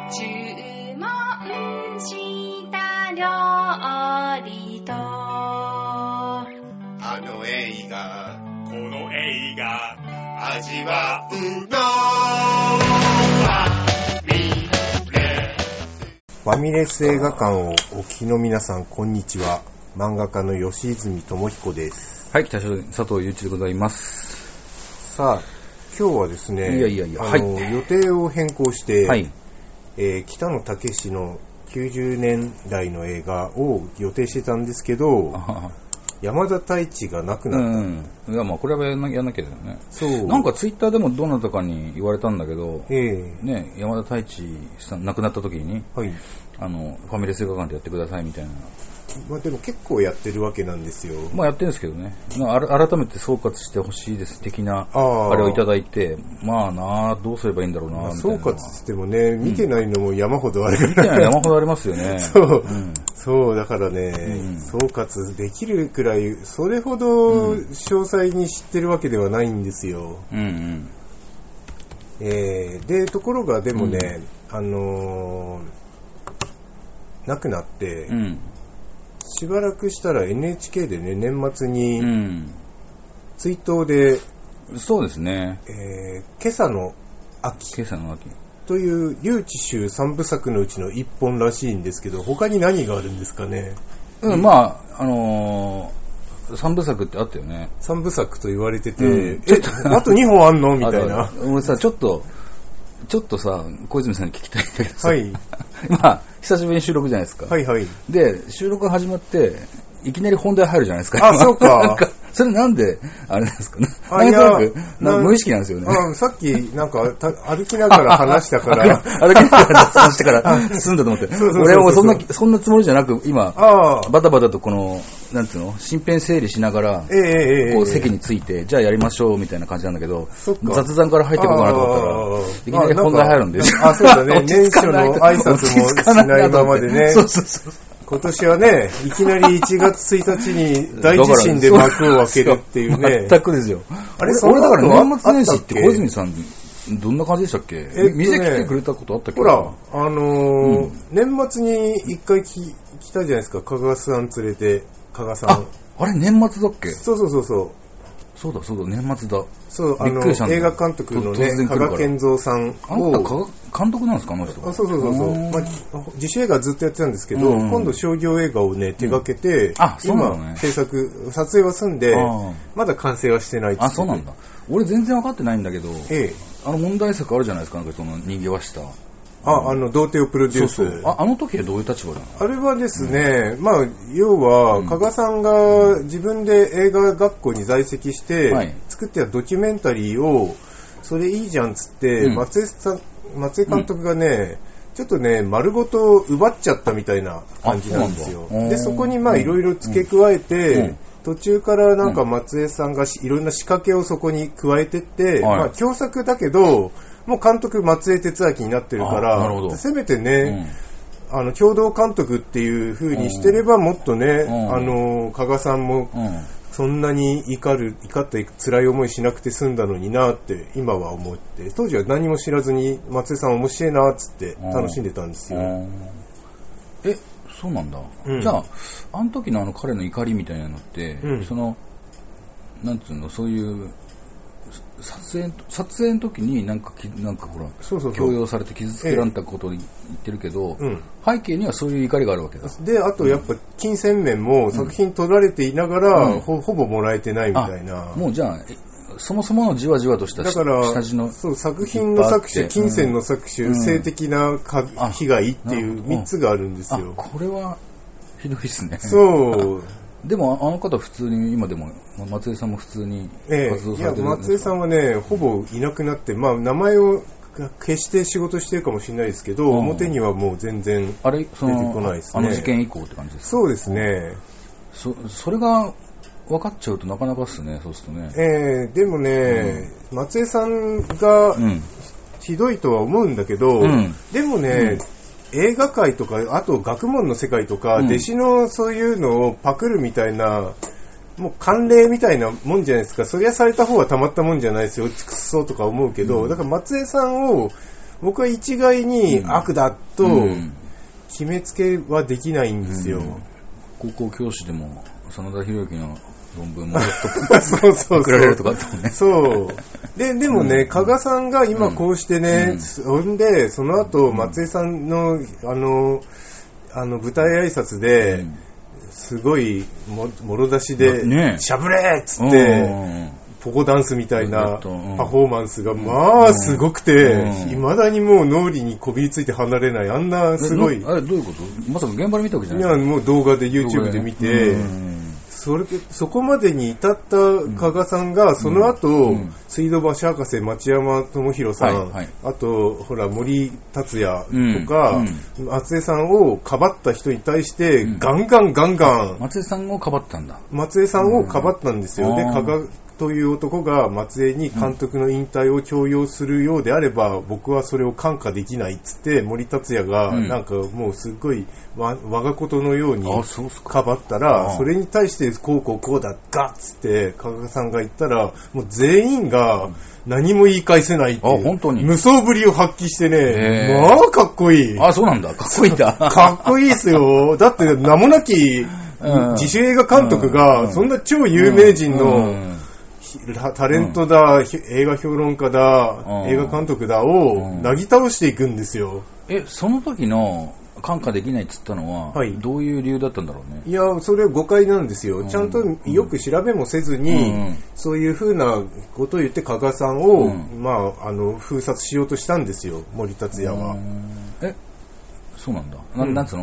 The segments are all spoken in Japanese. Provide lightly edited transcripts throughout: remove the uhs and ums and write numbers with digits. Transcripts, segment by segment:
注文した料理とあの映画この映画味わうのファミレス映画館をお聞きの皆さん、こんにちは。漫画家の吉泉智彦です。 はい、佐藤祐一でございます。 さあ、今日はですね、予定を変更して、はい、北野武の90年代の映画を予定してたんですけど、山田太一が亡くなった。 いや、まあこれはやんなきゃだよね。そう。なんかツイッターでもどなたかに言われたんだけど、ね、山田太一さん亡くなった時に、はい、ファミレス映画館でやってくださいみたいな。 まあでも結構やってるわけなんですよ。 まあやってるんですけどね。改めて総括してほしいです的なあれをいただいて、まあなあどうすればいいんだろうなみたいな。 総括してもね、見てないのも山ほどあるから、 見てない山ほどありますよね。 そう、そうだからね、総括できるくらいそれほど詳細に知ってるわけではないんですよ。でところがでもね、亡くなって。しばらくしたら NHK でね、年末に追悼で、 そうですね、 今朝の秋という笠智衆3部作のうちの1本らしいんですけど、他に何があるんですかね。 まあ3部作ってあったよね。 3部作と言われてて、あと2本あんのみたいな。 俺さ、ちょっとさ、小泉さんに聞きたいんだけどさ、 はい、 まあ久しぶりに収録じゃないですか。はいはい。で収録が始まっていきなり本題入るじゃないですか。 あ、そうか。 それなんであれなんですかね。なんとなく無意識なんですよね。 さっきなんか歩きながら話したから歩きながら話したから済んだと思って。俺もそんなつもりじゃなく今バタバタとこのなんていうの身辺整理しながらこう席についてじゃあやりましょうみたいな感じなんだけど、雑談から入ってこうかなと思ったらいきなり本題入るんで。 あ、そうだね。年初の挨拶もしないままでね。そう。今年はね、いきなり1月1日に大地震で幕を開けるっていうね。 全くですよ。あれ、俺だから年末年始って小泉さんどんな感じでしたっけ？店来てくれたことあったっけ？ ほら、年末に一回来たじゃないですか、加賀さん連れて、加賀さん。 あれ年末だっけ？ そう。 そうだ、年末だ。 そう、映画監督のね、加賀健三さんを。 監督なんですか、あの人。 そう。まあ、自主映画ずっとやってたんですけど、今度商業映画をね、手掛けて、今、撮影は済んで、まだ完成はしてないって。 あ、そうなんだ。俺全然分かってないんだけど、問題作あるじゃないですか、なんかその逃げはした。 童貞をプロデュース。 あの時はどういう立場なの？ あれはですね、まあ、要は、加賀さんが自分で映画学校に在籍して、作ってたドキュメンタリーを、それいいじゃんっつって、松江監督がね、ちょっとね、丸ごと奪っちゃったみたいな感じなんですよ。で、そこにまあ、いろいろ付け加えて、途中からなんか松江さんがいろんな仕掛けをそこに加えてって、まあ、共作だけど、もう監督松江哲明になってるから、せめてね、共同監督っていう風にしてればもっとね、加賀さんもそんなに怒って辛い思いしなくて済んだのになって今は思って、当時は何も知らずに松江さん面白いなっつって楽しんでたんですよ。 そうなんだ。じゃああの時の彼の怒りみたいなのって、そのなんていうの、そういう撮影の時になんかほら強要されて傷つけられたことを言ってるけど、背景にはそういう怒りがあるわけだ。 で、あとやっぱ金銭面も作品撮られていながら、ほぼもらえてないみたいな。 もうじゃあそもそものじわじわとした下地の、 そう、作品の搾取、金銭の搾取、性的な被害っていう3つがあるんですよ。 これはひどいですね。 そう。 でもあの方普通に今でも松江さんも普通に活動されてるんですか？いや、 松江さんはねほぼいなくなって、まあ名前を消して仕事してるかもしれないですけど、表にはもう全然出てこないですね。 事件以降って感じですか？ そうですね。 それが分かっちゃうとなかなかですね。そうするとね。でもね、松江さんがひどいとは思うんだけど、でもね、映画界とか、あと学問の世界とか、弟子のそういうのをパクるみたいな、もう慣例みたいなもんじゃないですか。そりゃされた方はたまったもんじゃないですよ。くっそとか思うけど、だから松江さんを僕は一概に悪だと決めつけはできないんですよ。 高校教師でも真田広之の論文も送られるとかあったもんね。 そうでもね、加賀さんが今こうしてね、そんでその後松江さんの舞台挨拶で、すごいもろ出しでしゃぶれっつってポコダンスみたいなパフォーマンスがまあすごくて、未だにもう脳裏にこびりついて離れない、あんなすごい。 あれどういうこと？まさか現場で見たわけじゃない？ いや、もう動画で YouTube で見て、そこまでに至った加賀さんが、その後、水道橋博士、町山智博さん、あと、ほら、森達也とか、松江さんをかばった人に対して、ガンガン。 松江さんをかばったんだ。 松江さんをかばったんですよ。で、加賀という男が松江に監督の引退を強要するようであれば、僕はそれを看過できないっつって、森達也が、なんかもうすっごい我がことのようにかばったら、それに対してこうだガッつって加賀さんが言ったら、もう全員が何も言い返せないっていう本当に無双ぶりを発揮してね、まあかっこいい。 そうなんだ、かっこいいんだ。 かっこいいですよ。だって名もなき自主映画監督がそんな超有名人のタレントだ、映画評論家だ、映画監督だをなぎ倒していくんですよ。 その時の看過できないって言ったのは、どういう理由だったんだろうね。 いや、それは誤解なんですよ。ちゃんとよく調べもせずに、そういう風なことを言って加賀さんを、封殺しようとしたんですよ、森達也は。 そうなんだ。なんつうの？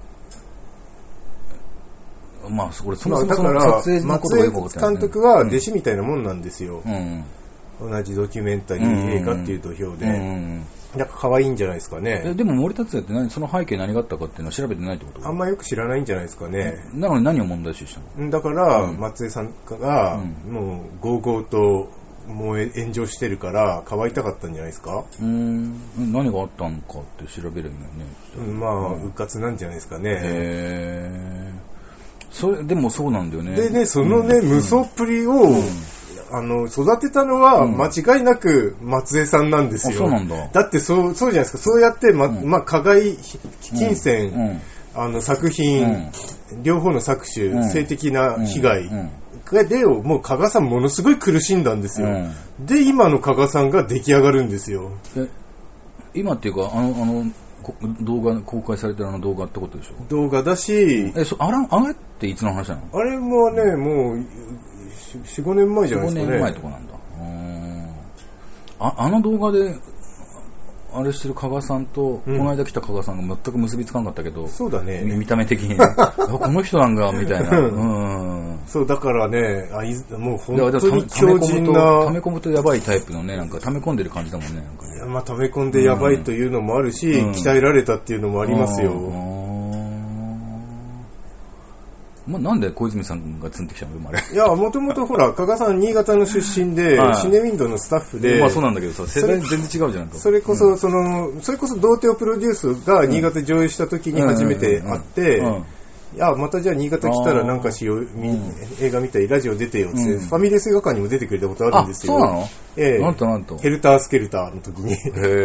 これそもそもだから撮影のことがよく分かってないね。 松江監督は弟子みたいなもんなんですよ。同じドキュメンタリー映画っていう土俵で。なんか可愛いんじゃないですかね。 でも森達也ってその背景何があったかっていうのは調べてないってこと？ あんまよく知らないんじゃないですかね。 なのに何を問題視したの？ だから、松江さんがもうゴーゴーと炎上してるからかわいたかったんじゃないですか。 何があったのかって調べるんだよね。 うかつなんじゃないですかね。 でもそうなんだよね。 でね、そのね、無双っぷりを、育てたのは間違いなく松江さんなんですよ。 そうなんだ。 だってそうじゃないですか。そうやって、加害、金銭、作品、両方の搾取、性的な被害でもう加賀さんものすごい苦しんだんですよ。で、今の加賀さんが出来上がるんですよ。 今っていうか、動画公開されてる動画ってことでしょ？ 動画だし、 あれっていつの話なの？ あれもね、もう 4,5 年前じゃないですかね。4,5 年前とかなんだ。あの動画であれしてる加賀さんと、この間来た加賀さんが全く結びつかなかったけど、 そうだね。 見た目的に、この人なんだみたいな。 そうだからね、もう本当に強靭な。 溜め込むとやばいタイプのね、なんか溜め込んでる感じだもんね。なんかね。 溜め込んでやばいというのもあるし、鍛えられたっていうのもありますよ。 なんで小泉さんが積んできたの？あれ。 いや、もともとほら、加賀さん新潟の出身で、シネウィンドのスタッフで。 そうなんだけどさ、世代全然違うじゃんか。 それこそ、それこそ童貞をプロデュースが新潟上映した時に初めて会って、いや、またじゃあ新潟来たらなんかしよう、映画見たり、ラジオ出てよって、ファミレス映画館にも出てくれたことあるんですよ。 そうなの？なんと。 ヘルタースケルターの時に。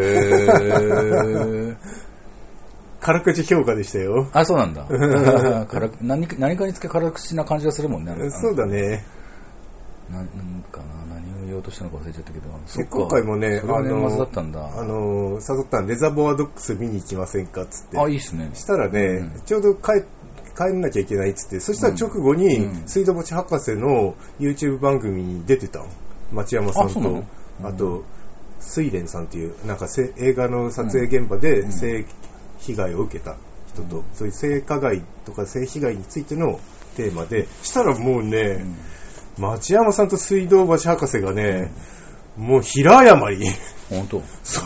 辛口評価でしたよ。 そうなんだ。何かにつけ辛口な感じがするもんね。 そうだね。 何を言おうとしたのか忘れちゃったけど。 今回もね、 年末だったんだ。 誘ったんレザボアドックス見に行きませんかっつって。 いいっすね。 したらね、ちょうど帰んなきゃいけないっつって、そしたら直後に、水道橋博士の YouTube 番組に出てたの。町山さんと、あと、水蓮さんっていう、なんか映画の撮影現場で性被害を受けた人と、そういう性加害とか性被害についてのテーマで、したらもうね、町山さんと水道橋博士がね、もう平謝り。 本当？ そう、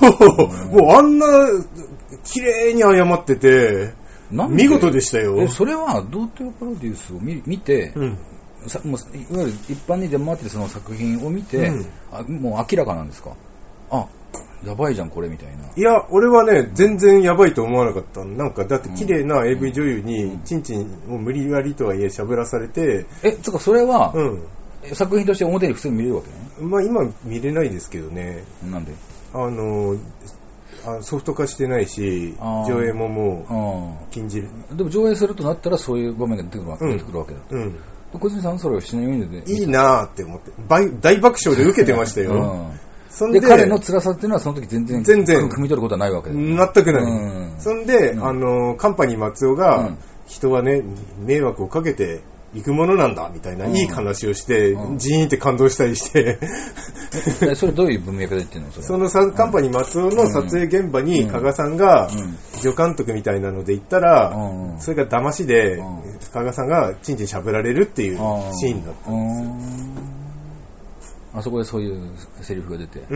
もうあんな綺麗に謝ってて、見事でしたよ。 それは童貞プロデュースを見て、もういわゆる一般に出回ってるその作品を見て、もう明らかなんですか？やばいじゃんこれみたいな。 いや、俺はね、全然やばいと思わなかった。なんか、だって綺麗な AV 女優に、チンチンを無理やりとはいえしゃぶらされて。 つかそれは、作品として表に普通に見れるわけね。 今見れないですけどね。 なんで？ ソフト化してないし、上映ももう禁じる。 でも上映するとなったらそういう場面が出てくるわけだ。小泉さんそれをしないようにいいなーって思って、大爆笑で受けてましたよ。 そんで彼の辛さっていうのはその時全然汲み取ることはないわけで。 全くない。そんで、カンパニー松尾が、人はね、迷惑をかけて行くものなんだみたいないい話をして、ジーンって感動したりして。 それどういう文脈で言ってんの？ そのカンパニー松尾の撮影現場に加賀さんが助監督みたいなので行ったら、それが騙しで加賀さんがチンチンしゃぶられるっていうシーンだったんですよ。 あそこでそういうセリフが出て、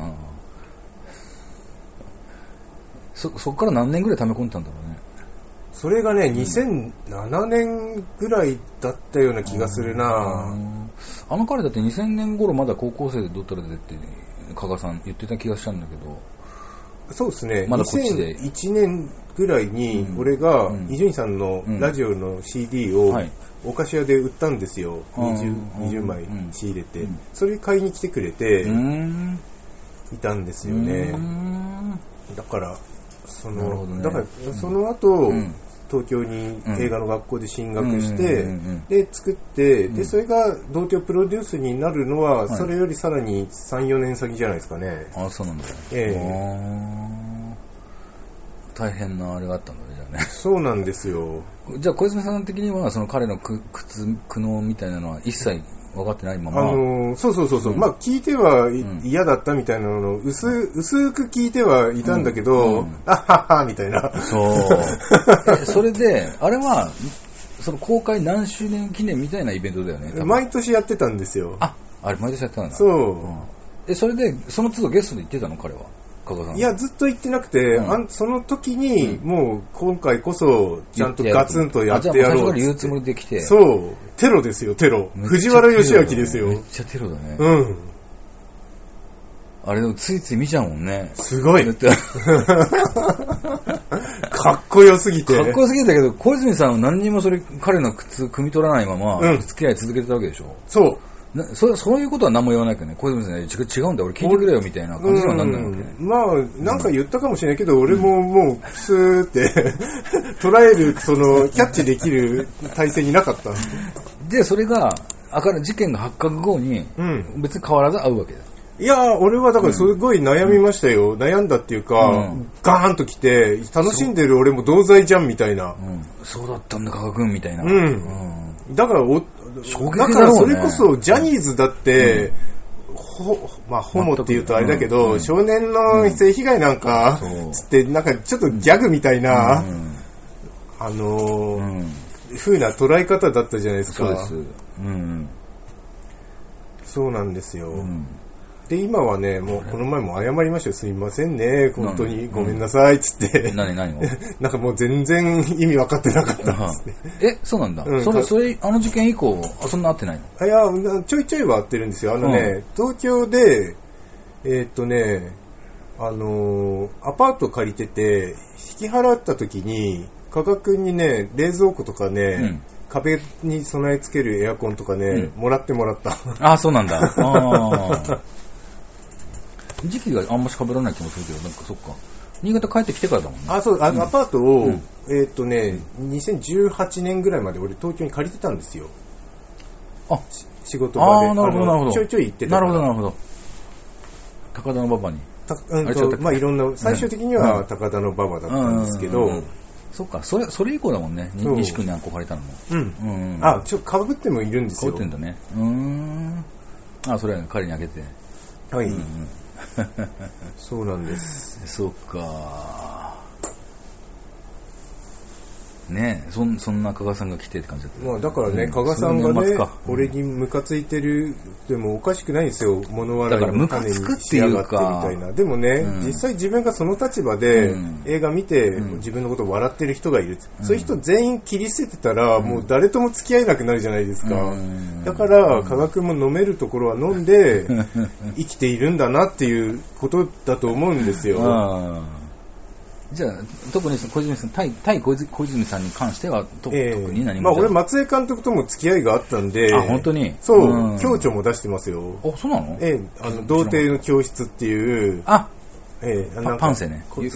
そこから何年ぐらい溜め込んでたんだろうね。 それがね、2007年ぐらいだったような気がするな。 あの彼だって2000年頃まだ高校生でどったらでって加賀さん言ってた気がしたんだけど。 そうですね。 まだこっちで 2001年ぐらいに俺が伊集院さんのラジオの CD をお菓子屋で売ったんですよ。20枚仕入れて、それ買いに来てくれていたんですよね。だからその後、東京に映画の学校で進学して、で作って、でそれが童貞プロデュースになるのは、それよりさらに 3,4 年先じゃないですかね。 あ、そうなんだ。大変なあれがあったんだね、じゃあね。 そうなんですよ。 じゃあ小泉さん的にはその彼の苦悩みたいなのは一切分かってないまま。 そう、まあ聞いては嫌だったみたいなのを薄く聞いてはいたんだけど、あははみたいな。 そう。それであれはその公開何周年記念みたいなイベントだよね。 毎年やってたんですよ。 あれ毎年やってたんだ。 そう。 それでその都度ゲストで行ってたの彼は。 いやずっと言ってなくて、その時にもう今回こそちゃんとガツンとやってやろうって。 最初から言うつもりで来て。 そう、テロですよ、テロ。藤原義明ですよ。 めっちゃテロだね。あれでもついつい見ちゃうもんね。 すごい。かっこよすぎて。 かっこよすぎたけど、小泉さんは何にも彼の靴汲み取らないまま付き合い続けてたわけでしょ。 そう。 そういうことは何も言わないけどね、小泉さんね、違うんだよ、俺聞いてくれよみたいな感じにはなんないわけ。 まあ、なんか言ったかもしれないけど、俺ももう、スーって捉える、キャッチできる体制になかった。 で、それが、事件が発覚後に、別に変わらず会うわけだ。 いや、俺はだからすごい悩みましたよ。悩んだっていうか、ガーンと来て、楽しんでる俺も同罪じゃんみたいな。 そうだったんだ、加賀君みたいな。 だからだからそれこそジャニーズだって、まあホモって言うとあれだけど、少年の性被害なんかつってなんかちょっとギャグみたいな風な捉え方だったじゃないですか。 そうです。 そうなんですよ。で今はね、もうこの前も謝りましたよ。すみませんね、本当にごめんなさいっつって。 何をなんかもう全然意味分かってなかったっつって。 そうなんだ。それあの事件以降そんな会ってないの？ いやちょいちょいは会ってるんですよ。東京でアパート借りてて引き払った時に加賀君にね、冷蔵庫とかね、壁に備え付けるエアコンとかね、もらった。 あ、そうなんだ。時期があんまし被らない気もするけど、なんかそっか。新潟帰ってきてからだもんね。 そう、アパートを、2018年ぐらいまで俺東京に借りてたんですよ。仕事場で。 なるほど。 ちょいちょい行ってた。 なるほど。高田の馬場に。 まあいろんな、最終的には高田の馬場だったんですけど、 そっか、それ以降だもんね。西君に憧れたのも。 ちょっと被ってもいるんですよ。 被ってんだね。それは彼にあげて。 はい。そうなんです。 そうか。ねえ、そんな加賀さんが来てって感じだった。 まあだからね、加賀さんがね、俺にムカついてるでもおかしくないんですよ。物笑いの種に仕上がってみたいな。でもね、実際自分がその立場で映画見て自分のことを笑ってる人がいる。そういう人全員切り捨ててたらもう誰とも付き合えなくなるじゃないですか。だから加賀君も飲めるところは飲んで生きているんだなっていうことだと思うんですよ。 じゃあ特に小泉さん対小泉さんに関しては特に何も、 まあ俺松江監督とも付き合いがあったんで。 本当に。 そう、共著も出してますよ。 そうなの？ 童貞の教室っていう。 パンセね。 そう。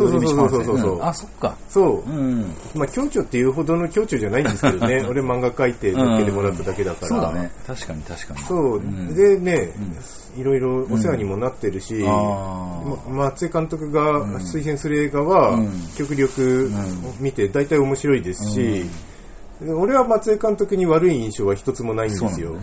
あ、そっか。 そう。まあ、共著っていうほどの共著じゃないんですけどね。俺漫画描いて乗っけてもらっただけだから。 そうだね。確かに。 そう。でね、いろいろお世話にもなってるし、松井監督が推薦する映画は、極力見て大体面白いですし、俺は松井監督に悪い印象は一つもないんですよ。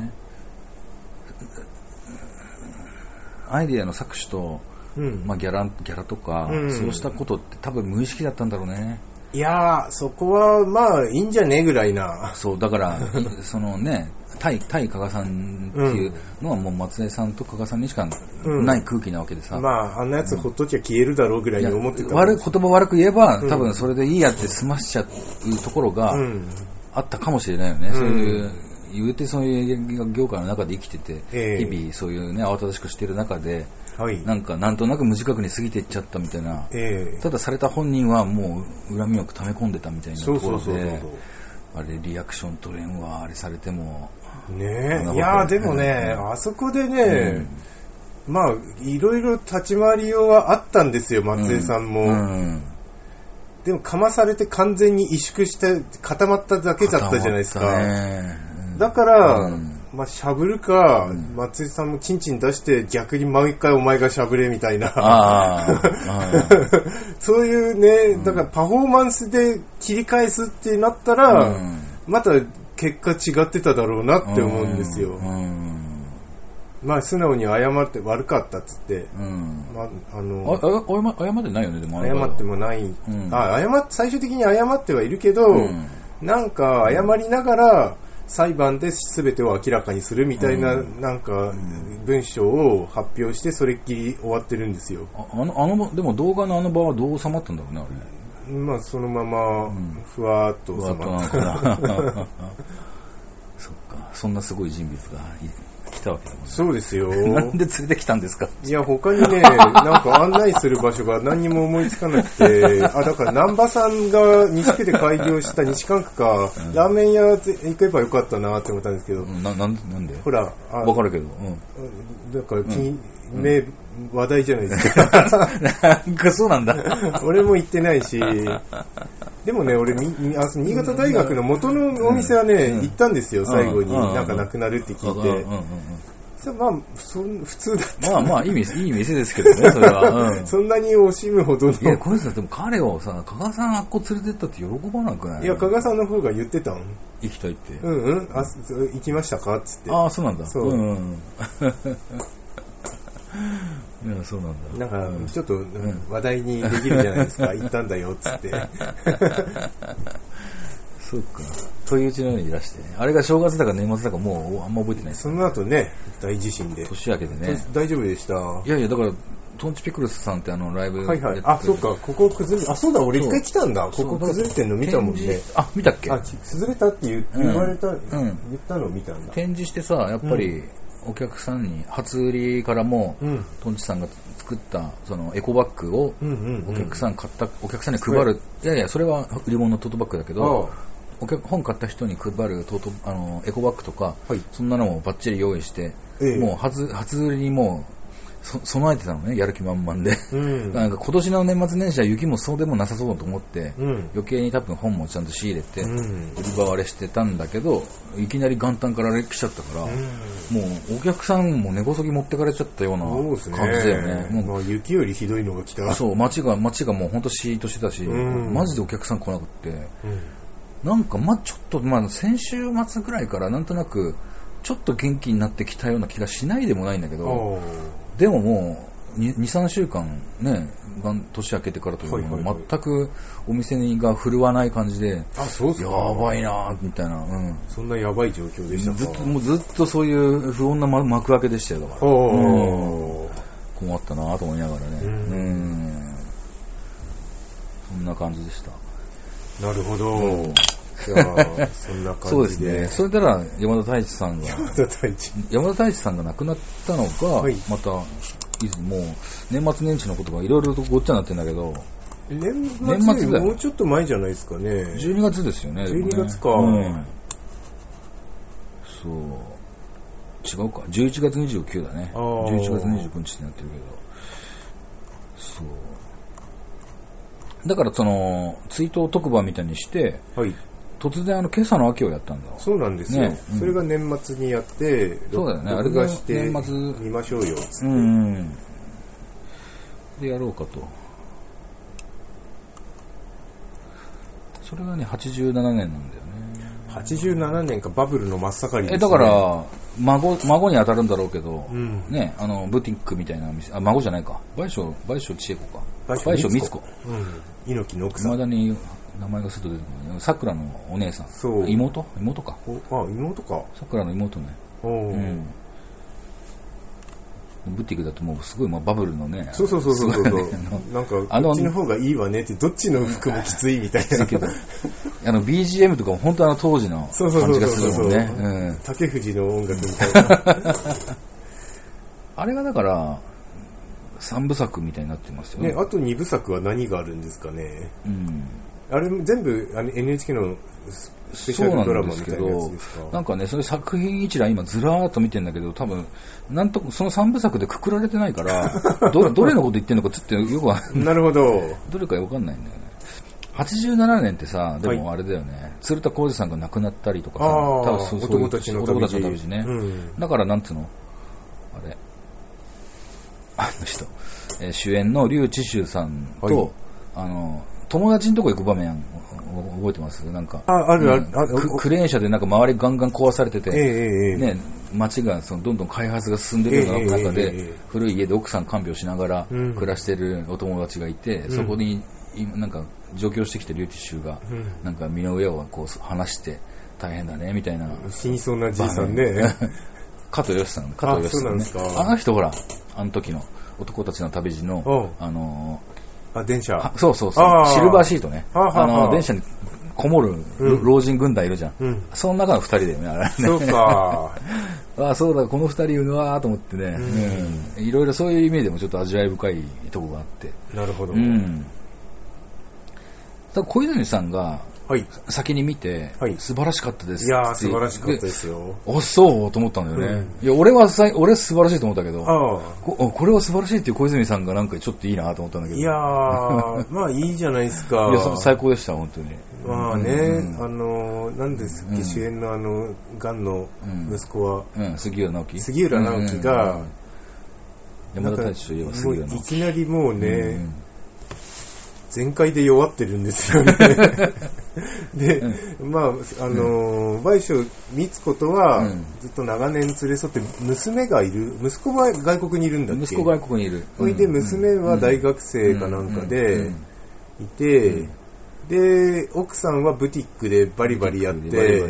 アイディアの搾取と、まあ、ギャラとか、そうしたことって多分無意識だったんだろうね。 いやー、そこはまあいいんじゃねえぐらいな。 そうだからそのね、対加賀さんっていうのはもう松江さんと加賀さんにしかない空気なわけでさ、 まああんなやつほっときゃ消えるだろうぐらいに思ってた。 言葉悪く言えば、多分それでいいやって済ましちゃうところがあったかもしれないよね。そういう言うてそういう業界の中で生きてて、日々そういうね慌ただしくしている中で、なんとなく無自覚に過ぎていっちゃったみたいな、ただされた本人はもう恨みを溜め込んでたみたいなところで、あれリアクション取れんわ、あれされてもね。いやでもね、あそこでね、まあいろいろ立ち回りようはあったんですよ、松江さんも。でもかまされて完全に萎縮して固まっただけだったじゃないですか。だから、まあ、しゃぶるか、松井さんもチンチン出して逆に毎回お前がしゃぶれみたいな。そういうね、だからパフォーマンスで切り返すってなったら、また結果違ってただろうなって思うんですよ。まあ素直に謝って悪かったっつって、 まあ、謝ってないよね。でも謝ってもない、最終的に謝ってはいるけど、なんか謝りながら裁判で全てを明らかにするみたいな、なんか文章を発表してそれっきり終わってるんですよ。 でも動画のあの場はどう収まったんだろうね、あれ。 まあそのままふわーっと収まった。 そっか、そんなすごい人物が来たわけだもんね。 そうですよ。 なんで連れてきたんですか。 いや他にね、なんか案内する場所が何にも思いつかなくて、だから南波さんが西区で開業した西関区か、ラーメン屋行けばよかったなって思ったんですけど。 なんで？ ほら、 わかるけど。 だから話題じゃないですか。 なんかそうなんだ。 俺も行ってないし。でもね、俺新潟大学の元のお店はね、行ったんですよ、最後に。なんかなくなるって聞いて。まあ、普通だった。 まあいい店ですけどね、それは。 そんなに惜しむほどの。 いや、これさ、でも彼をさ、加賀さんあっこ連れてったって喜ばなくない？ いや、加賀さんの方が言ってたん。 行きたいって。 行きましたかっつって。 ああ、そうなんだ。そう。いや、そうなんだ。 なんか、ちょっと話題にできるじゃないですか。行ったんだよっつって。 そうか。といううちのようにいらしてね。あれが正月だか年末だかもうあんま覚えてないです。 その後ね、大地震で。 年明けでね。 大丈夫でした。 いや、だから、トンチピクルスさんってライブやってて。 あ、そうか、ここ崩れ、そうだ、俺一回来たんだ。ここ崩れてんの見たもんね。 あ、見たっけ？ 崩れたって言われた、言ったのを見たんだ。 展示してさ、やっぱり、お客さんに初売りからも、トンチさんが作ったそのエコバッグをお客さんに配る。いやいや、それは売り物のトートバッグだけど、本買った人に配るエコバッグとか、そんなのもバッチリ用意して、もう初売りにもう備えてたのね、やる気満々で。なんか今年の年末年始は雪もそうでもなさそうだと思って、余計に多分本もちゃんと仕入れて、売り場割れしてたんだけど、いきなり元旦からあれ来ちゃったから、もうお客さんも根こそぎ持ってかれちゃったような感じだよね。 もう雪よりひどいのが来た。 そう、街がもうほんとシーッとしてたし、マジでお客さん来なくって、なんかちょっと先週末ぐらいからなんとなくちょっと元気になってきたような気がしないでもないんだけど、でももう 2,3 週間ね、年明けてからというのは全くお店が振るわない感じで、やばいなみたいな、 そんなやばい状況でしたか。 ずっとそういう不穏な幕開けでしたよ。だから困ったなと思いながらね、そんな感じでした。 なるほど。じゃあそんな感じで。 そうですね。それなら山田太一さんが亡くなったのが、またもう年末年始のことがいろいろとごっちゃになってるんだけど、 年末もうちょっと前じゃないですかね。 12月ですよね。 12月か。 そう。違うか。11月29だね。11月29日になってるけど。そう。 だからその追悼特番みたいにして、はい、突然今朝の秋をやったんだ。 そうなんですよ、ね、それが年末にやって、 そうだよね、あれが年末見ましょうよっつって、 でやろうかと。それがね87年なんだよね。 87年か、バブルの真っ盛りですね。 だから孫に当たるんだろうけど、ね、ブティックみたいな店、孫じゃないか、倍賞千恵子か、倍賞光子、 猪木の奥さん。 まだに名前がすっと出てくるね。さくらのお姉さん。そう。妹か。 妹か。 さくらの妹ね。ブティックだともうすごいバブルのね。 そう。なんかこっちの方がいいわねって、どっちの服もきついみたいな。 BGM とかも本当当時の感じがするもんね。 竹藤の音楽みたいな。 あれがだから3部作みたいになってますよね。 あと2部作は何があるんですかね。あれ全部NHK のスペシャルドラマみたいなやつですか。 なんかね、それ作品一覧今ずらーっと見てんだけど、多分なんとその3部作でくくられてないからどれのこと言ってんのかちょっとよくわかんない。 なるほど。 どれかわかんないんだよね。87年ってさ、でもあれだよね、鶴田浩二さんが亡くなったりとかさ、 多分そういう男たちの旅路ね、だからなんつうのあの人、主演の笠智衆さんと、友達のとこ行く場面覚えてます？なんかあるクレーン車でなんか周りガンガン壊されてて、ね、街がどんどん開発が進んでるような中で、古い家で奥さん看病しながら暮らしてるお友達がいて、そこになんか上京してきた笠智衆がなんか身の上をこう話して大変だねみたいな、 死にそうなじいさんね。 加藤義さんね。あの人ほら、あの時の男たちの旅路の電車。 そうシルバーシートね。電車にこもる老人軍団いるじゃん。その中の2人だよね、あれね。 そうか。 そうだ、この2人いるのはと思ってね、いろいろそういう意味でもちょっと味わい深いとこがあって。 なるほど。 小泉さんが先に見て、素晴らしかったですって。 いやー、素晴らしかったですよ。 そうと思ったんだよね。いや、俺素晴らしいと思ったけど、これは素晴らしいっていう小泉さんがなんかちょっといいなと思ったんだけど。 いやー、まあいいじゃないですか。 いや、最高でした、本当に。 まあね、何ですっけ、主演のガンの息子は、 杉浦直樹が、 山田太一といえば杉浦直樹。 いきなりもうね、全開で弱ってるんですよね。で、まあ倍賞光子とはずっと長年連れ添って娘がいる。息子は外国にいるんだっけ？ 息子外国にいる。 それで娘は大学生かなんかでいて、で奥さんはブティックでバリバリやって、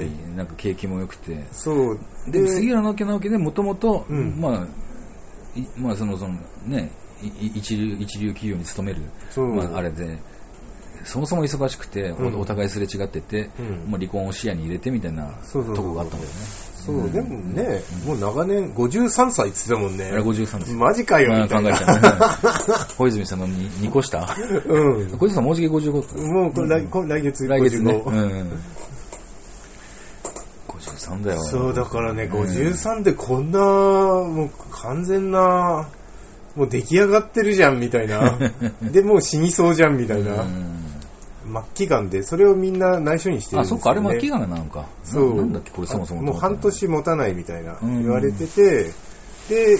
なんか景気も良くて。 そうで杉浦直樹でもともとまあそのね。一流企業に勤める、あれでそもそも忙しくて、お互いすれ違ってて、もう離婚を視野に入れてみたいなとこがあったんだよね。 そうでもね、もう長年53歳って言ってたもんね。 あれ53歳。 マジかよみたいな。 小泉さんの2個下。小泉さんもうじき55。 もう来月ね。53だよ。 そうだからね、53でこんなもう完全な。もう出来上がってるじゃんみたいな。でもう死にそうじゃんみたいな。末期がんで、それをみんな内緒にしてるんですよね。 そっか、あれ末期がんなのか。 そう。 なんだっけ、これそもそも。 もう半年持たないみたいな言われてて、で、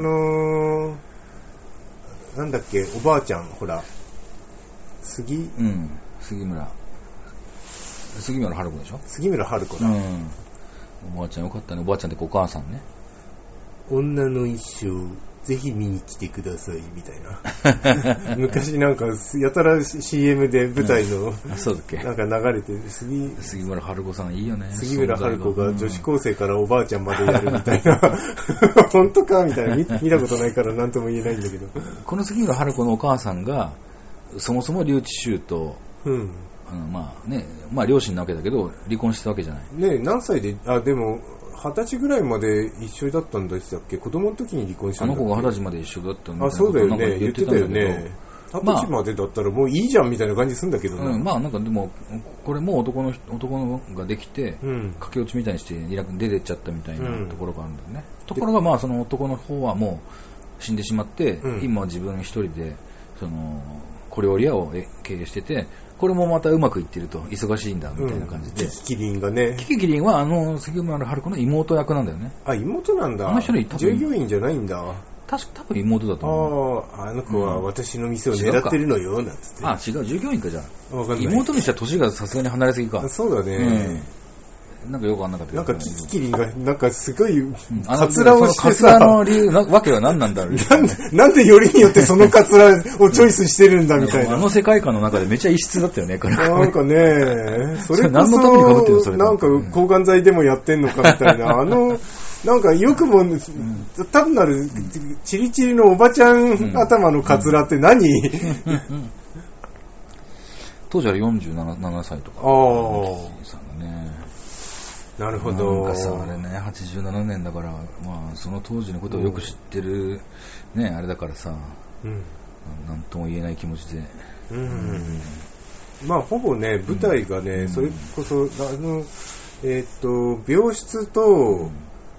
なんだっけ、おばあちゃん、ほら、杉村春子でしょ。 杉村春子だ。 おばあちゃんよかったね。おばあちゃんってお母さんね。 女の一生。ぜひ見に来てくださいみたいな。昔なんかやたら CM で舞台の、 そうだっけ、 なんか流れてる杉村春子さんいいよね。 杉村春子が女子高生からおばあちゃんまでやるみたいな。本当かみたいな。見たことないから何とも言えないんだけど。 この杉村春子のお母さんがそもそも笠智衆と、まあ両親なわけだけど離婚したわけじゃない。 ね、何歳ででも。20歳ぐらいまで一緒だったんでしたっけ？子供の時に離婚したんだっけ？ あの子が20歳まで一緒だったんだ。 そうだよね。言ってたよね。20歳までだったらもういいじゃんみたいな感じするんだけどね。 まあなんかでもこれもう男のができて、駆け落ちみたいにして出てっちゃったみたいなところがあるんだよね。ところがまあその男の方はもう死んでしまって、今は自分一人で子小料理屋を経営してて、これもまたうまくいってると、忙しいんだみたいな感じで。 キキキリンがね。 キキキリンは杉村春子の妹役なんだよね。 あ、妹なんだ。 あの人に従業員じゃないんだ。 多分妹だと思う。 あの子は私の店を狙ってるのよ、なんつって。 あ、違う、従業員かじゃあ。 わかんない。 妹にしては年がさすがに離れすぎか。 そうだね。 なんかよくわかんなかったけど。 なんかキキキリンが、なんかすごい、カツラをしてさ。 カツラの理由、わけは何なんだろう。 なんでよりによってそのカツラをチョイスしてるんだみたいな。 あの世界観の中でめっちゃ異質だったよね、 なんかね、それこそ、 何のために被ってるのそれ。 なんか抗がん剤でもやってんのかみたいな。なんかよくも、単なるチリチリのおばちゃん頭のカツラって何？ 当時は47歳とか。 なるほど。 なんかさ、あれね、87年だから、まあ、その当時のことをよく知ってる、ね、あれだからさ、なんとも言えない気持ちで。 まあ、ほぼね、舞台がね、それこそ、病室と、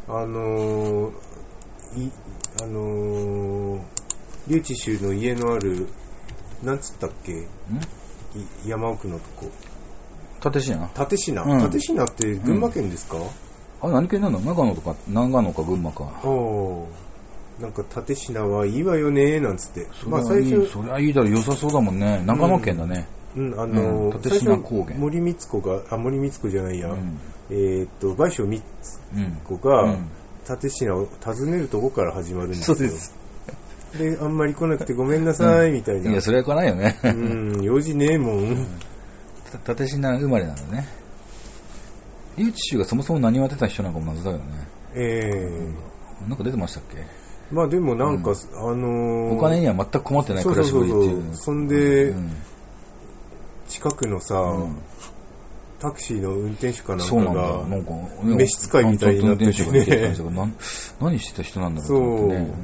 留置州の家のある、なんつったっけ？山奥のとこ。 立科って群馬県ですか？ あ、何県なの？長野か群馬か。 なんか立科はいいわよねなんつって。 まあ最初それはいいだろ、良さそうだもんね。長野県だね。 立科高原。 森光子じゃないや。倍賞光子が立科を訪ねるとこから始まるんですよ。そうです。で、あんまり来なくてごめんなさいみたいな。 いや、それは来ないよね。 用事ねえもん。 立科生まれなのね。留置州がそもそも何をやってた人なんかも謎だよね。なんか出てましたっけ？ まあでもなんか、 お金には全く困ってない暮らしぶりっていう。 そんで、近くのさ、タクシーの運転手かなんかが、召使いみたいになっててね。 何してた人なんだろうと思ってね。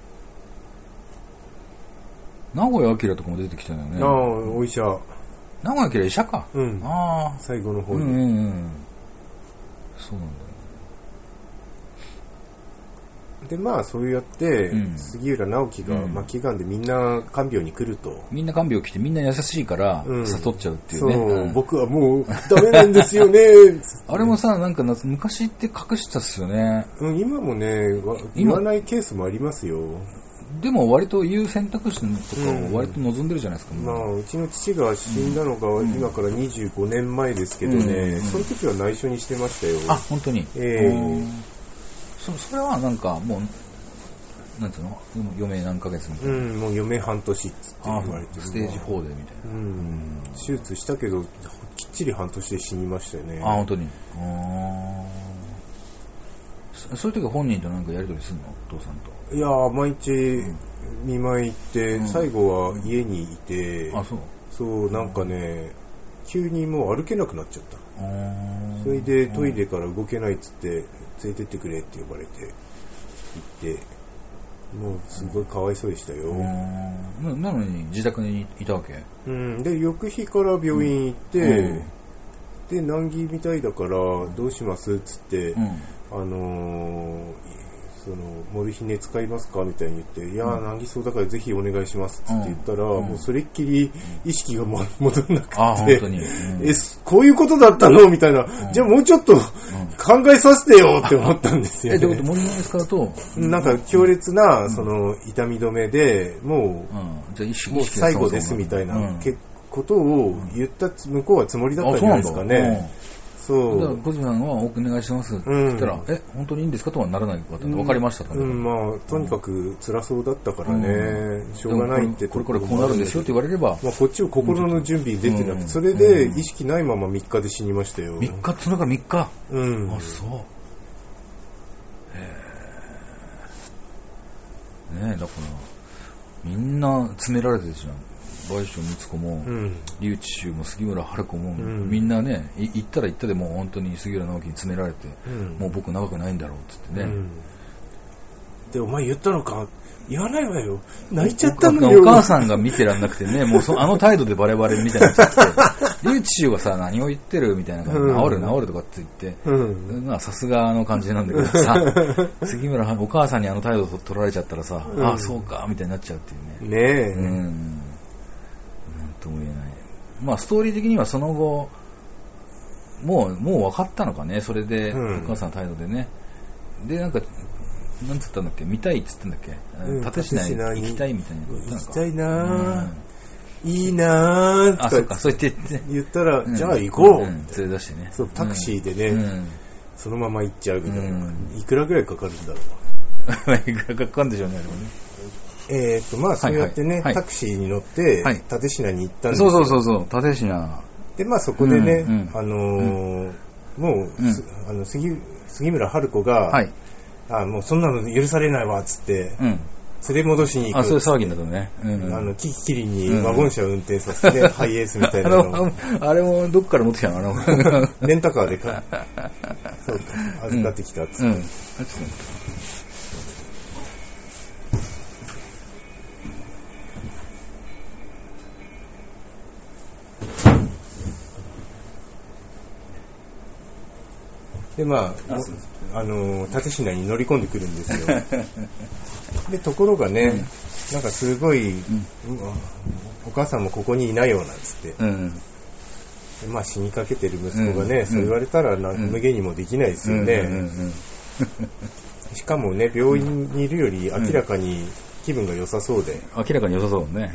名古屋明とかも出てきたよね。 お医者。 名古屋明医者か。 最後の方に。 そうなんだよ。 で、まあ、そうやって、杉浦直樹が、祈願でみんな看病に来ると。 みんな看病来て、みんな優しいから、誘っちゃうっていうね。 そう、僕はもう、ダメなんですよね。 あれもさ、なんか、昔って隠したっすよね。 今もね、言わないケースもありますよ。 でも割と言う選択肢とかを割と望んでるじゃないですか。 まあ、うちの父が死んだのが今から25年前ですけどね、その時は内緒にしてましたよ。 あ、本当に。それはなんかもう、なんていうの？余命何ヶ月みたいな。 もう余命半年っつって言われてる。 ステージ4でみたいな。 手術したけど、きっちり半年で死にましたよね。 あ、本当に。そういう時は本人となんかやり取りするの？お父さんと。 いやー、毎日見舞い行って、最後は家にいて、そう、なんかね、急にもう歩けなくなっちゃった。それでトイレから動けないっつって、連れてってくれって呼ばれて、行って、もうすごいかわいそうでしたよ。 なのに自宅にいたわけ？ で、翌日から病院行って、で、難儀みたいだからどうしますっつって、モルヒネ使いますかみたいに言って、いやー、難儀そうだからぜひお願いしますって言ったら、もうそれっきり意識が戻らなくて、 本当に、 こういうことだったのみたいな、じゃあもうちょっと考えさせてよって思ったんですよね。 どういうこと？モルヒネ使うと、 なんか強烈な、痛み止めで、もう最後ですみたいなことを言った向こうはつもりだったんじゃないですかね。そう。 だから小島さんはお願いしますって言ったら、本当にいいんですかとはならないかったんで、分かりましたと。 まあ、とにかく辛そうだったからね、しょうがないってこれこうなるんですよって言われれば。 まあ、こっちを心の準備出てなくて、それで意識ないまま3日で死にましたよ。 3日ってそれから3日？あ、そう。ねえ、だから、みんな詰められてるじゃん。倍賞光子も、留置州も杉村春子も、みんなね、行ったら行ったでもう本当に杉浦直樹に詰められて、もう僕長くないんだろうって言ってね。 で、お前言ったのか？言わないわよ。泣いちゃったのよ。 お母さんが見てらんなくてね、もうあの態度でバレバレみたいになっちゃって、留置州がさ、何を言ってるみたいな感じで、治るとかって言って、まあさすがの感じなんだけどさ、杉村お母さんにあの態度取られちゃったらさ、ああ、そうか、みたいになっちゃうっていうね。 ねえ。 とも言えない。まあストーリー的にはその後もう分かったのかね、それで、お母さんの態度でね。で、なんか、なんつったんだっけ、見たいっつったんだっけ、立科に行きたいみたいなこと言ったのか。 行きたいなぁ、いいなぁあ、そっか、そう言って言ったら、じゃあ行こう、 連れ出してね。 そう、タクシーでね、そのまま行っちゃうみたいな。いくらぐらいかかるんだろう。いくらかかるんでしょうね、あれもね。 まあそうやってね、タクシーに乗って、立科に行ったんですよ。 そう、立科。 で、まあそこでね、もう、杉村春子が、もうそんなの許されないわ、つって、連れ戻しに行く。 そういう騒ぎだとね。 キキリにワゴン車を運転させて、ハイエースみたいなの。 あれもどっから持ってきたのレンタカーでそう預かってきたっつって。で、まあ、立科に乗り込んでくるんですよ。で、ところがね、なんかすごい、お母さんもここにいないよ、なんつって。でまあ、死にかけてる息子がね、そう言われたら、無限にもできないですよね。しかもね、病院にいるより明らかに気分が良さそうで。 明らかに良さそうね。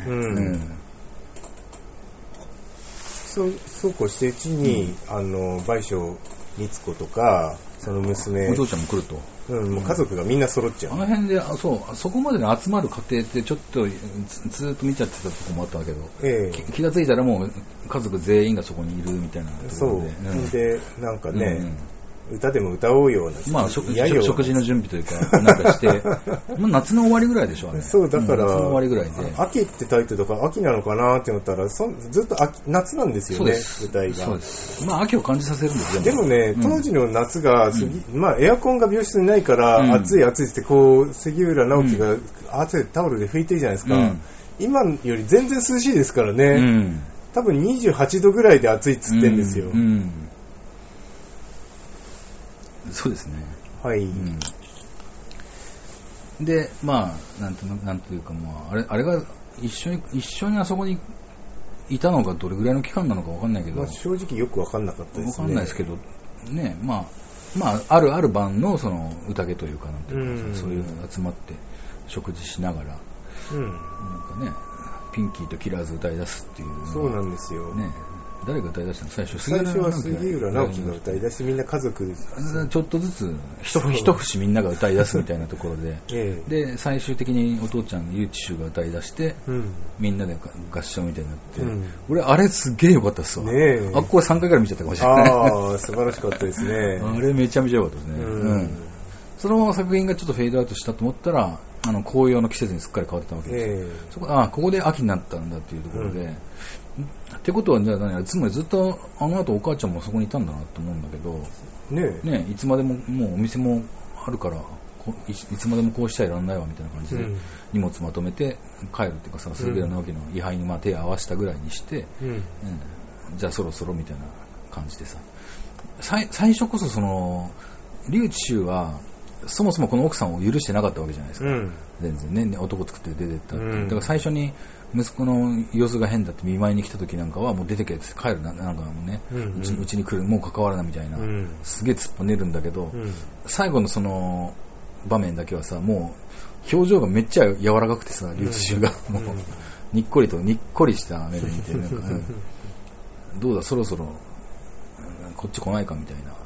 そうこうしてうちに、倍賞光子とか、その娘。 お父ちゃんも来ると。 もう家族がみんな揃っちゃう。 あの辺で、そこまでの集まる過程ってちょっとずっと見ちゃってたとこもあったわけど、気がついたらもう家族全員がそこにいるみたいなところで。 そう。で、なんかね、歌でも歌おうような。 まあ、食事の準備というか、なんかして、まあ夏の終わりぐらいでしょ、あれ。 そう、だから、 夏の終わりぐらいで。 秋ってタイトルだから秋なのかなって思ったら、ずっと夏なんですよね、舞台が。 そうです。まあ、秋を感じさせるんですよ。 でもね、当時の夏が、まあ、エアコンが病室にないから、暑い暑いって、こう、杉浦直樹が暑いタオルで拭いてるじゃないですか。今より全然涼しいですからね。多分28度ぐらいで暑いっつってんですよ。 そうですね。 はい。 で、まあ、なんというか、まあ、あれが一緒にあそこにいたのがどれぐらいの期間なのかわかんないけど。 まあ、正直よくわかんなかったですね。 わかんないですけど、ね、まあ、ある晩のその宴というか、なんていうか、そういうの集まって食事しながら、なんかね、ピンキーとキラーズ歌い出すっていう。 そうなんですよ。 ね。誰が歌い出したの？最初は杉浦直樹が歌い出してみんな家族ちょっとずつ一節みんなが歌い出すみたいなところで、で最終的にお父ちゃんのゆうちしゅうが歌い出して、みんなで合唱みたいになって、俺あれすげえ良かったっすわ。これ3回ぐらい見ちゃったかもしれない。 ああ素晴らしかったですね。 あれめちゃめちゃ良かったですね。その作品がちょっとフェードアウトしたと思ったら紅葉の季節にすっかり変わってたわけですよ。ここで秋になったんだっていうところで、ってことはじゃあつまりずっとあの後お母ちゃんもそこにいたんだなと思うんだけど、ね、いつまでももうお店もあるからいつまでもこうしちゃいらんないわみたいな感じで、荷物まとめて帰るっていうかさ、杉浦直樹の位牌に手を合わせたぐらいにして、じゃあそろそろみたいな感じでさ、最初こそその笠智衆はそもそもこの奥さんを許してなかったわけじゃないですか、全然ね、男作って出てったって、だから最初に息子の様子が変だって見舞いに来た時なんかはもう出てけって帰るなんかもね、うちに来るもう関わるなみたいな、すげえ突っぱねるんだけど、最後のその場面だけはさ、もう表情がめっちゃ柔らかくてさ、笠智衆がもうにっこりした目で見てなんか、どうだそろそろこっち来ないかみたいな、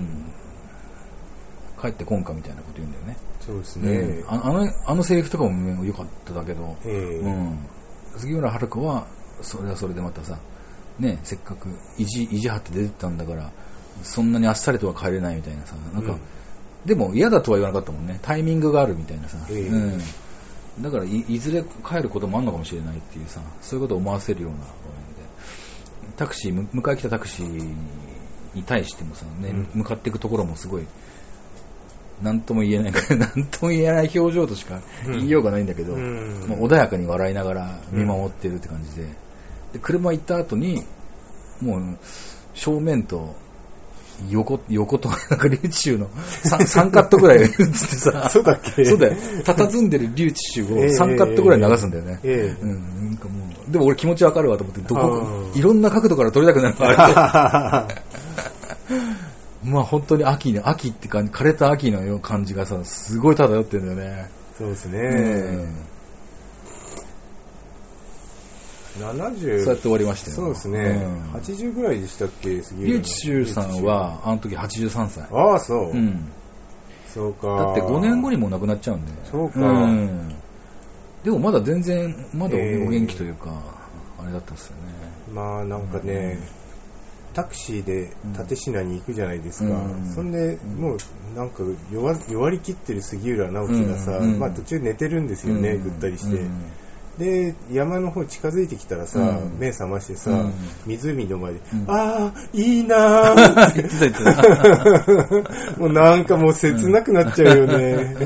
帰ってこんかみたいなこと言うんだよね。 そうですね。 あのセリフとかも良かっただけど、杉浦春子はそれはそれでまたさ、ね、せっかく意地張って出てったんだからそんなにあっさりとは帰れないみたいなさ、なんか、でも嫌だとは言わなかったもんね。タイミングがあるみたいなさ、だから いずれ帰ることもあるのかもしれないっていうさ、そういうことを思わせるような場面で、タクシー迎え来たタクシーに対してもさ、ね、向かっていくところもすごいなんとも言えない表情としか言いようがないんだけど、もう穏やかに笑いながら見守ってるって感じで、車行った後にもう正面と横となんかリュウチシュウの 3カットぐらい映ってさそうだっけ。 そうだよ。佇んでるリュウチシュウを3カットぐらい流すんだよね。なんかもうでも俺気持ちわかるわと思っていろんな角度から撮りたくなるあれまあ本当に秋って感じ、枯れた秋の感じがさすごい漂ってるんだよね。 そうですね。70。 そうやって終わりましたよ。 そうですね。80ぐらいでしたっけ、杉浦。 リュウチシュウさんはあの時83歳。 ああ、そう。そうか。 だって5年後にもう亡くなっちゃうんで。 そうか。 でもまだ全然まだお元気というか、あれだったんですよね。 まあなんかね、タクシーで蓼科に行くじゃないですか。そんでもうなんか弱りきってる杉浦直樹がさ、まあ途中寝てるんですよね、ぐったりして。で山の方近づいてきたらさ、目覚ましてさ、湖の前で、ああいいなーって言ってたもうなんかもう切なくなっちゃうよね。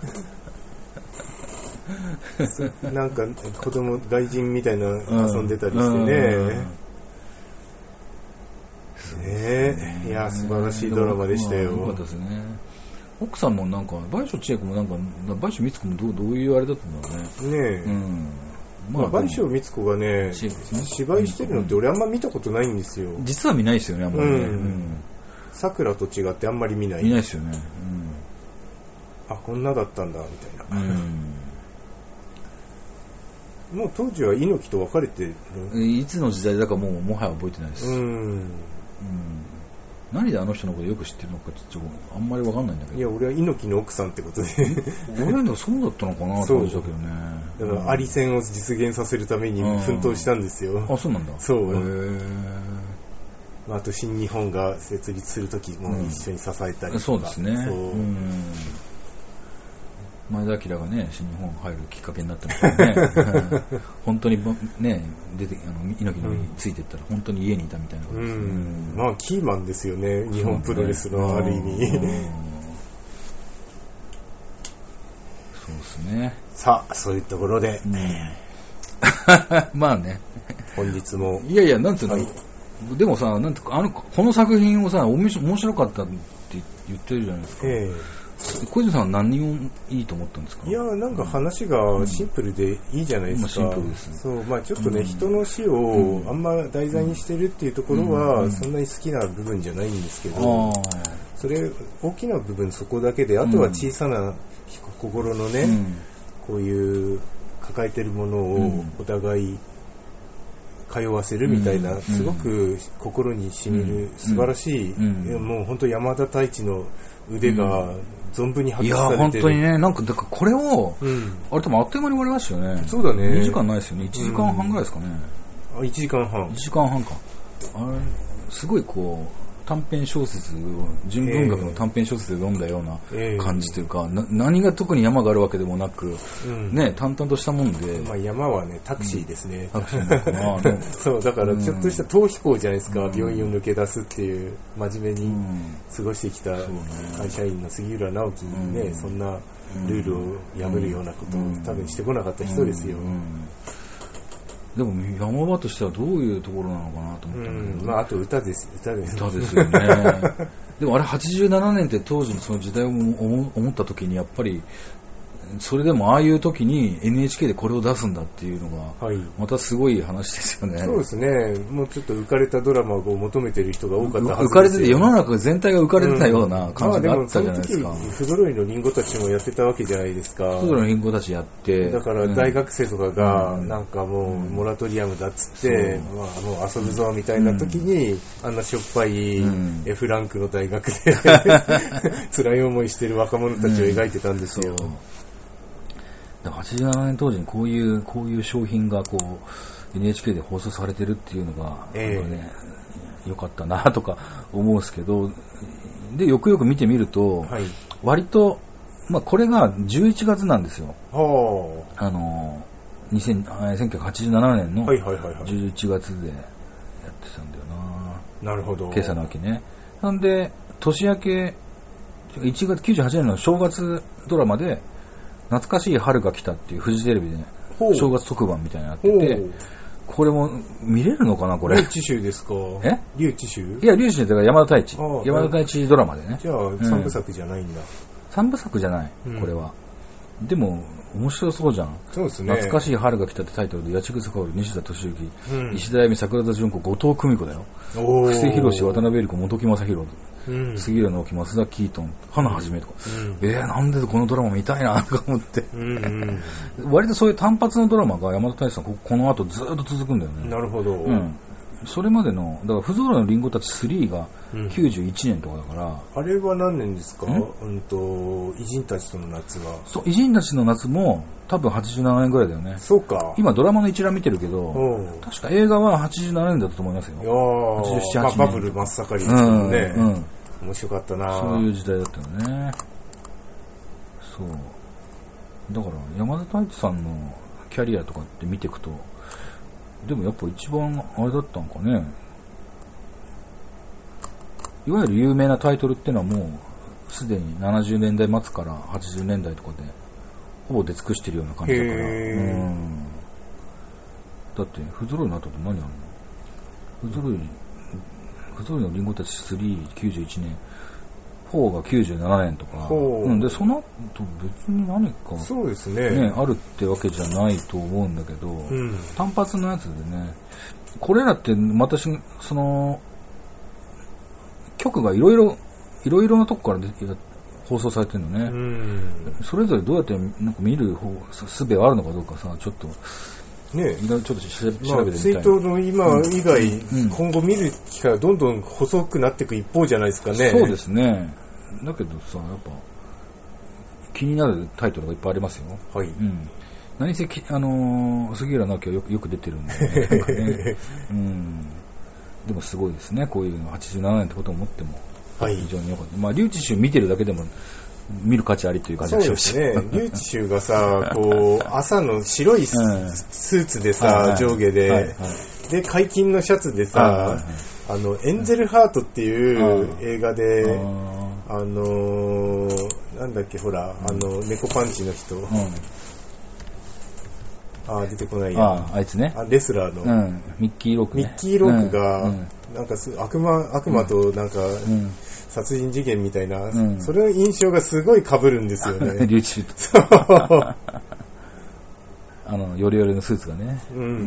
なんか子供外人みたいな遊んでたりしてね。いや素晴らしいドラマでしたよ。 よかったですね。奥さんもなんか倍賞千恵子もなんか倍賞光子もどういうあれだったんだろうね。 まあ倍賞光子がね芝居してるのって俺あんま見たことないんですよ。 実は見ないですよねあんまりね。 さくらと違ってあんまり見ない。 見ないですよね。 あこんなだったんだみたいな。もう当時は猪木と別れてる。 いつの時代だかもはや覚えてないです。何であの人のことよく知ってるのかちょっとあんまり分かんないんだけど。 いや俺は猪木の奥さんってことで俺のそうだったのかなって感じだけどね。 だからアリ戦を実現させるために奮闘したんですよ。 あそうなんだ。 そう。あと新日本が設立する時も一緒に支えたりとか。 そうですね。前田明がね新日本入るきっかけになったみたいなね本当にね出て猪木についてったら本当に家にいたみたいなことですね。 まあキーマンですよね日本プロレスのある意味。そうですね。 さあそういうところで、 まあね本日もいやなんていうの、でもさなんてこの作品をさ面白かったって言ってるじゃないですか。小泉さんは何をいいと思ったんですか？ いやなんか話がシンプルでいいじゃないですか。 シンプルですね。 そうまあちょっとね、人の死をあんま題材にしてるっていうところはそんなに好きな部分じゃないんですけど、それ大きな部分そこだけであとは小さな心のね、こういう抱えてるものをお互い通わせるみたいな、すごく心に染みる素晴らしい、もう本当山田太一の腕が存分に発揮されてる。 いや本当にねなんかだからこれを、あれ多分あっという間に終わりましたよね。 そうだね。 2時間ないですよね。1時間半ぐらいですかね。 1時間半。 1時間半か。あれすごいこう短編小説を純文学の短編小説で読んだような感じというか、何が特に山があるわけでもなく、ね淡々としたもんで。 まあ山はねタクシーですね。 タクシーなのかな。 そうだからちょっとした逃避行じゃないですか。病院を抜け出すっていう真面目に過ごしてきた会社員の杉浦直樹にね、そんなルールを破るようなことを多分してこなかった人ですよ。 でも山場としてはどういうところなのかなと思ったんだけど、 まああと歌ですよね。 でもあれ87年って当時のその時代を思った時にやっぱりそれでもああいう時に NHK でこれを出すんだっていうのがまたすごい話ですよね。 そうですね。もうちょっと浮かれたドラマを求めてる人が多かったはずですよ。 浮かれてて世の中全体が浮かれてたような感じがあったじゃないですか。 まあでもその時不揃いのリンゴたちもやってたわけじゃないですか。 不揃いのリンゴたちやってだから大学生とかがなんかもうモラトリアムだっつって、まあもう遊ぶぞみたいな時にあんなしょっぱい F ランクの大学で辛い思いしてる若者たちを描いてたんですよ。 87年当時にこういう商品がこう NHK で放送されてるっていうのがね良かったなとか思うんですけど、でよくよく見てみると、割とまあこれが11月なんですよ。1987年の11月でやってたんだよな。 なるほど。 今朝の秋ね。なんで年明け1月98年の正月ドラマで懐かしい春が来たっていうフジテレビで、ね、正月特番みたいなのやってて、 これも見れるのかなこれ。 リュウ・チシュですか？リュウ・チシュ？ いや、リュウ・チシュって山田太一。山田太一ドラマでね。 じゃあ、3部作じゃないんだ。 3部作じゃない、これは。でも、面白そうじゃん。 そうですね。 懐かしい春が来たってタイトルで、八千草薫、西田敏行、石田亜美、桜田淳子、後藤久美子だよ。布施宏、渡辺恵理子、本木正宏、杉浦直樹、増田キートン、花はじめとか。なんでこのドラマ見たいなと思って。割とそういう単発のドラマが山田太一さん、この後ずっと続くんだよね。 なるほど。 それまでの、だから、不揃いのリンゴたち3が91年とかだから。 あれは何年ですか？偉人たちとの夏は。 そう、偉人たちの夏も多分87年ぐらいだよね。 そうか。 今ドラマの一覧見てるけど、確か映画は87年だったと思いますよ。 87、8年。バブル真っ盛りですけどね。面白かったな。 そういう時代だったよね。そう。だから、山田太一さんのキャリアとかって見ていくと、でもやっぱ一番あれだったのかね。いわゆる有名なタイトルってのはもうすでに70年代末から80年代とかでほぼ出尽くしてるような感じだから。だって不揃いの後って何あるの？不揃いのリンゴたち3、91年。4が97年とか、でその後別に何かそうですね、 あるってわけじゃないと思うんだけど、単発のやつでね、これらって私その局がいろいろなとこから放送されてるのね、それぞれどうやってなんか見る術はあるのかどうかさ、ちょっとね、ちょっと調べてみたい。 追悼の今以外、今後見る機会がどんどん細くなっていく一方じゃないですかね。 そうですね。だけどさ、やっぱ気になるタイトルがいっぱいありますよ。 はい。 何せ杉浦直樹はよく出てるんで、でもすごいですね。こういうの87年ってことを思っても非常に良かった。まあリュウチシュ見てるだけでも見る価値ありという感じがしました。 そうですね。リュウチシュがさ、こう朝の白いスーツでさ、上下で、で解禁のシャツでさ、エンゼルハートっていう映画で、なんだっけ、ほら、猫パンチの人、出てこないや。 あいつね。 レスラーの、 ミッキーロークね。 ミッキーロークが、なんか悪魔となんか、殺人事件みたいな、それの印象がすごい被るんですよね。 リュウチシュと。ヨレヨレのスーツがね。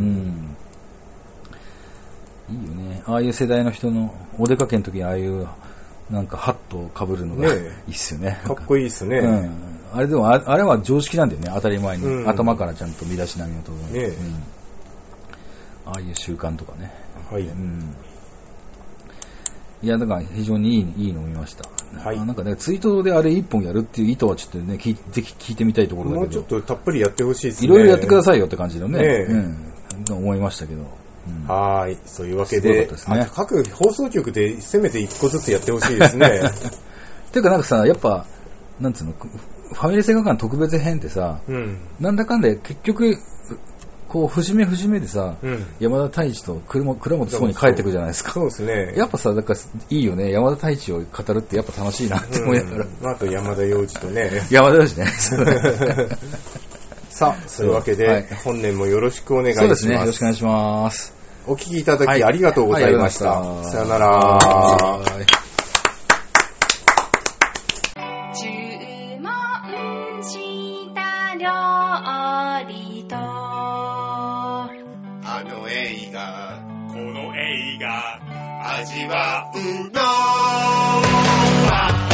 いいよね。ああいう世代の人のお出かけの時にああいうなんかハットをかぶるのがいいっすよね。 かっこいいっすね。 あれでもあれは常識なんだよね。当たり前に、頭からちゃんと身だしなみのところに、ああいう習慣とかね。いやだから非常にいいのを見ました。なんかねツイートであれ一本やるっていう意図はちょっとねぜひ聞いてみたいところだけど。 もうちょっとたっぷりやってほしいですね。 いろいろやってくださいよって感じのね。思いましたけど。 はい。そういうわけで、各放送局でせめて一個ずつやってほしいですね。 ていうかなんかさ、やっぱ、なんつうの、ファミレス映画館特別編ってさ、なんだかんだ結局、こう、節目節目でさ、山田太一と倉本壮に帰ってくるじゃないですか。 そうですね。 やっぱさ、だからいいよね。山田太一を語るってやっぱ楽しいなって思いながら。 あと山田洋次とね。 山田洋次ね。 さあ、そういうわけで、本年もよろしくお願いします。そうですね。 よろしくお願いします。 お聞きいただきありがとうございました。さよなら。 注文した料理と、 あの映画、この映画、味わうのは